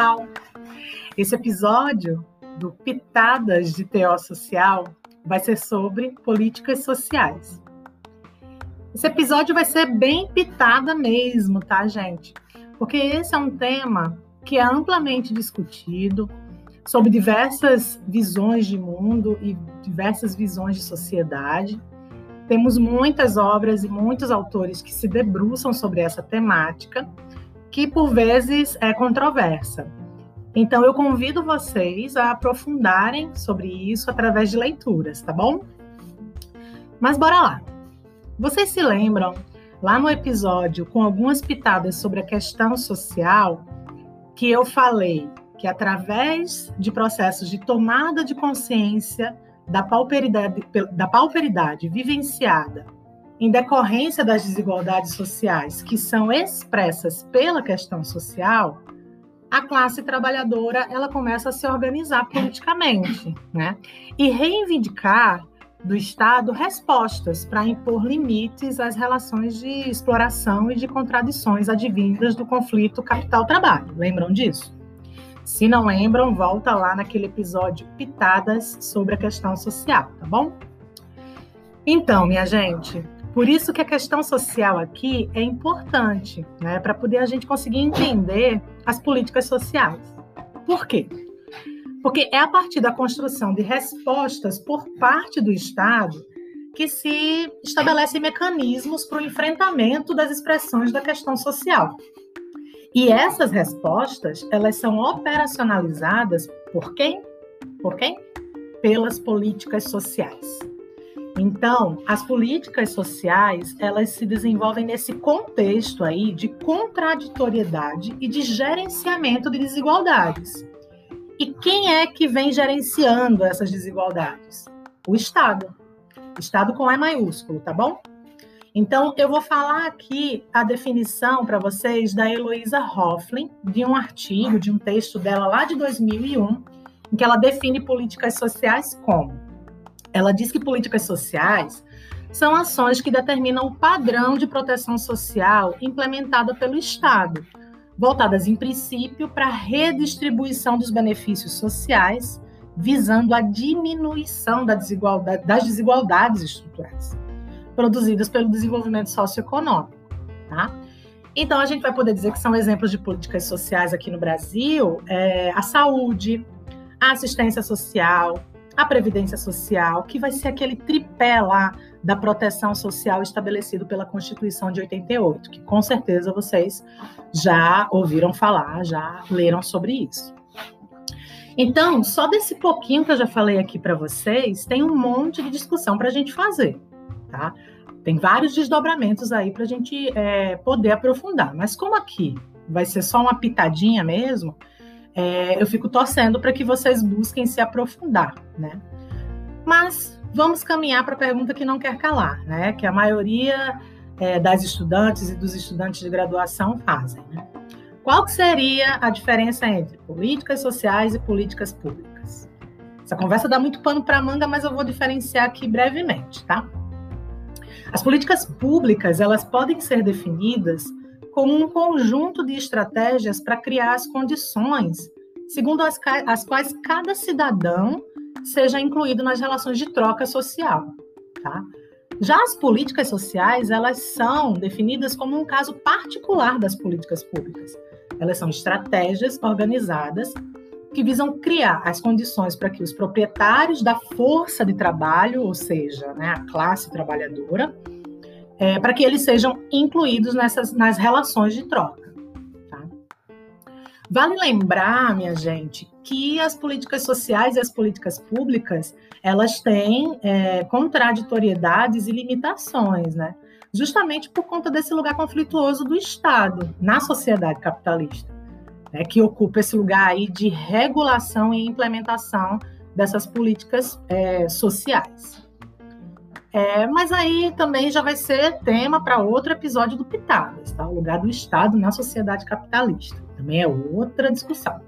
pessoal! Esse episódio do Pitadas de TO Social vai ser sobre políticas sociais. Esse episódio vai ser bem pitada mesmo, tá, gente? Porque esse é um tema que é amplamente discutido sob diversas visões de mundo e diversas visões de sociedade. Temos muitas obras e muitos autores que se debruçam sobre essa temática, que por vezes é controversa. Então eu convido vocês a aprofundarem sobre isso através de leituras, tá bom? Mas bora lá. Vocês se lembram, lá no episódio com algumas pitadas sobre a questão social, que eu falei que através de processos de tomada de consciência da pauperidade vivenciada em decorrência das desigualdades sociais que são expressas pela questão social, a classe trabalhadora ela começa a se organizar politicamente, né? E reivindicar do Estado respostas para impor limites às relações de exploração e de contradições advindas do conflito capital-trabalho. Lembram disso? Se não lembram, volta lá naquele episódio Pitadas sobre a questão social, tá bom? Então, minha gente, por isso que a questão social aqui é importante, né? Para poder a gente conseguir entender as políticas sociais. Por quê? Porque é a partir da construção de respostas por parte do Estado que se estabelecem mecanismos para o enfrentamento das expressões da questão social. E essas respostas, elas são operacionalizadas por quem? Por quem? Pelas políticas sociais. Então, as políticas sociais, elas se desenvolvem nesse contexto aí de contraditoriedade e de gerenciamento de desigualdades. E quem é que vem gerenciando essas desigualdades? O Estado. Estado com E maiúsculo, tá bom? Então, eu vou falar aqui a definição para vocês da Heloísa Hofflin, de um artigo, de um texto dela lá de 2001, em que ela define políticas sociais como: ela diz que políticas sociais são ações que determinam o padrão de proteção social implementada pelo Estado, voltadas, em princípio, para a redistribuição dos benefícios sociais, visando a diminuição das desigualdades estruturais produzidas pelo desenvolvimento socioeconômico, tá? Então, a gente vai poder dizer que são exemplos de políticas sociais aqui no Brasil, a saúde, a assistência social, a previdência social, que vai ser aquele tripé lá da proteção social estabelecido pela Constituição de 88, que com certeza vocês já ouviram falar, já leram sobre isso. Então, só desse pouquinho que eu já falei aqui para vocês, tem um monte de discussão para a gente fazer, tá? Tem vários desdobramentos aí para a gente poder aprofundar, mas como aqui vai ser só uma pitadinha mesmo, eu fico torcendo para que vocês busquem se aprofundar, né? Mas vamos caminhar para a pergunta que não quer calar, né? Que a maioria das estudantes e dos estudantes de graduação fazem, né? Qual que seria a diferença entre políticas sociais e políticas públicas? Essa conversa dá muito pano para manga, mas eu vou diferenciar aqui brevemente, tá? As políticas públicas, elas podem ser definidas como um conjunto de estratégias para criar as condições segundo as quais cada cidadão seja incluído nas relações de troca social, tá? Já as políticas sociais, elas são definidas como um caso particular das políticas públicas. Elas são estratégias organizadas que visam criar as condições para que os proprietários da força de trabalho, ou seja, né, a classe trabalhadora, para que eles sejam incluídos nas relações de troca. Tá? Vale lembrar, minha gente, que as políticas sociais e as políticas públicas, elas têm contraditoriedades e limitações, né? Justamente por conta desse lugar conflituoso do Estado na sociedade capitalista, né, que ocupa esse lugar aí de regulação e implementação dessas políticas sociais. Mas aí também já vai ser tema para outro episódio do Pitadas, tá? O lugar do Estado na sociedade capitalista. Também é outra discussão.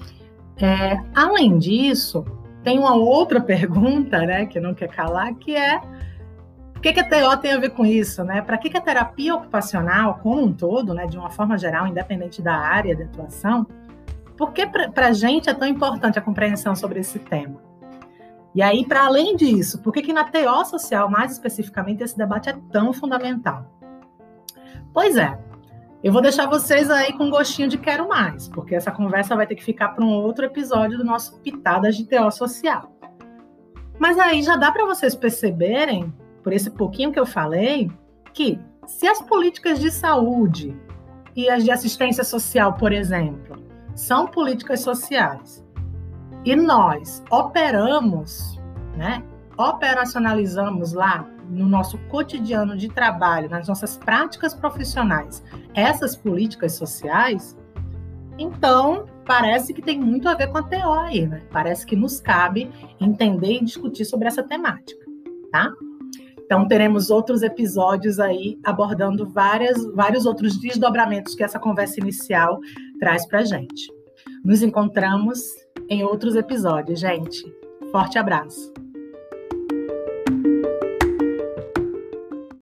Além disso, tem uma outra pergunta, né, que não quer calar, que é: o que a TO tem a ver com isso, né? Para que a terapia ocupacional, como um todo, né, de uma forma geral, independente da área de atuação, Por que para a gente é tão importante a compreensão sobre esse tema? E aí, para além disso, por que na TO social, mais especificamente, esse debate é tão fundamental? Pois é, eu vou deixar vocês aí com um gostinho de quero mais, porque essa conversa vai ter que ficar para um outro episódio do nosso Pitadas de TO Social. Mas aí já dá para vocês perceberem, por esse pouquinho que eu falei, que se as políticas de saúde e as de assistência social, por exemplo, são políticas sociais, e nós operamos, né, operacionalizamos lá no nosso cotidiano de trabalho, nas nossas práticas profissionais, essas políticas sociais, então parece que tem muito a ver com a TO aí, né? Parece que nos cabe entender e discutir sobre essa temática, tá? Então teremos outros episódios aí abordando vários outros desdobramentos que essa conversa inicial traz pra gente. Nos encontramos em outros episódios, gente. Forte abraço!